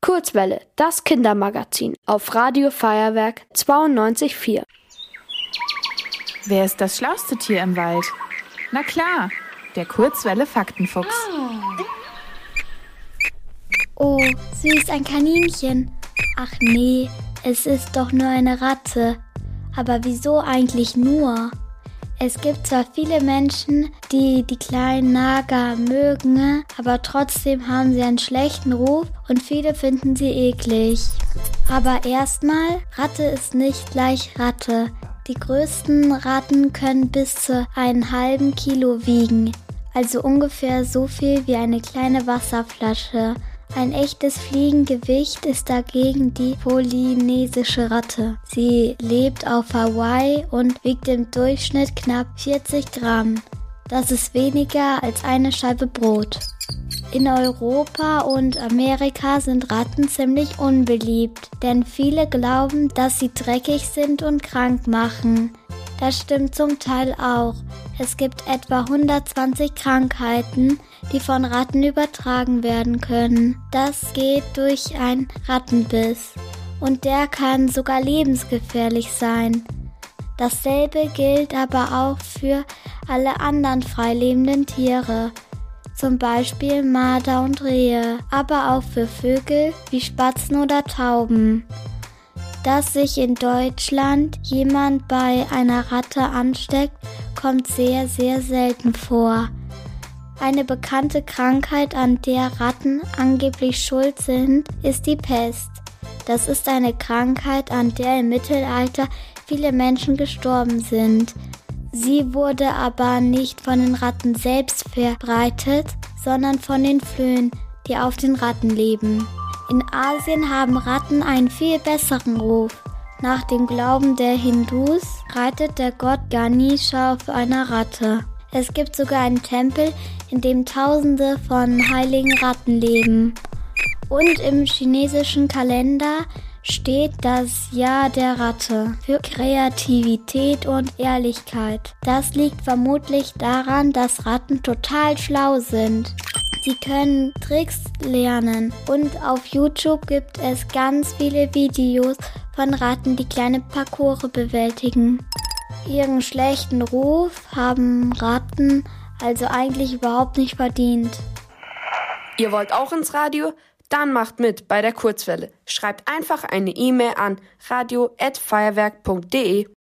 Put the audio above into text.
Kurzwelle, das Kindermagazin auf Radio Feuerwerk 92,4. Wer ist das schlauste Tier im Wald? Na klar, der Kurzwelle-Faktenfuchs. Oh, süß, ein Kaninchen. Ach nee, es ist doch nur eine Ratte. Aber wieso eigentlich nur? Es gibt zwar viele Menschen, die die kleinen Nager mögen, aber trotzdem haben sie einen schlechten Ruf und viele finden sie eklig. Aber erstmal, Ratte ist nicht gleich Ratte. Die größten Ratten können bis zu 1,5 Kilo wiegen, also ungefähr so viel wie eine kleine Wasserflasche. Ein echtes Fliegengewicht ist dagegen die polynesische Ratte. Sie lebt auf Hawaii und wiegt im Durchschnitt knapp 40 Gramm. Das ist weniger als eine Scheibe Brot. In Europa und Amerika sind Ratten ziemlich unbeliebt, denn viele glauben, dass sie dreckig sind und krank machen. Das stimmt zum Teil auch. Es gibt etwa 120 Krankheiten, die von Ratten übertragen werden können. Das geht durch einen Rattenbiss und der kann sogar lebensgefährlich sein. Dasselbe gilt aber auch für alle anderen freilebenden Tiere, zum Beispiel Marder und Rehe, aber auch für Vögel wie Spatzen oder Tauben. Dass sich in Deutschland jemand bei einer Ratte ansteckt, kommt sehr, sehr selten vor. Eine bekannte Krankheit, an der Ratten angeblich schuld sind, ist die Pest. Das ist eine Krankheit, an der im Mittelalter viele Menschen gestorben sind. Sie wurde aber nicht von den Ratten selbst verbreitet, sondern von den Flöhen, die auf den Ratten leben. In Asien haben Ratten einen viel besseren Ruf. Nach dem Glauben der Hindus reitet der Gott Ganesha auf einer Ratte. Es gibt sogar einen Tempel, in dem Tausende von heiligen Ratten leben. Und im chinesischen Kalender steht das Jahr der Ratte für Kreativität und Ehrlichkeit. Das liegt vermutlich daran, dass Ratten total schlau sind. Sie können Tricks lernen und auf YouTube gibt es ganz viele Videos von Ratten, die kleine Parcours bewältigen. Ihren schlechten Ruf haben Ratten also eigentlich überhaupt nicht verdient. Ihr wollt auch ins Radio? Dann macht mit bei der Kurzwelle. Schreibt einfach eine E-Mail an radio@feuerwerk.de.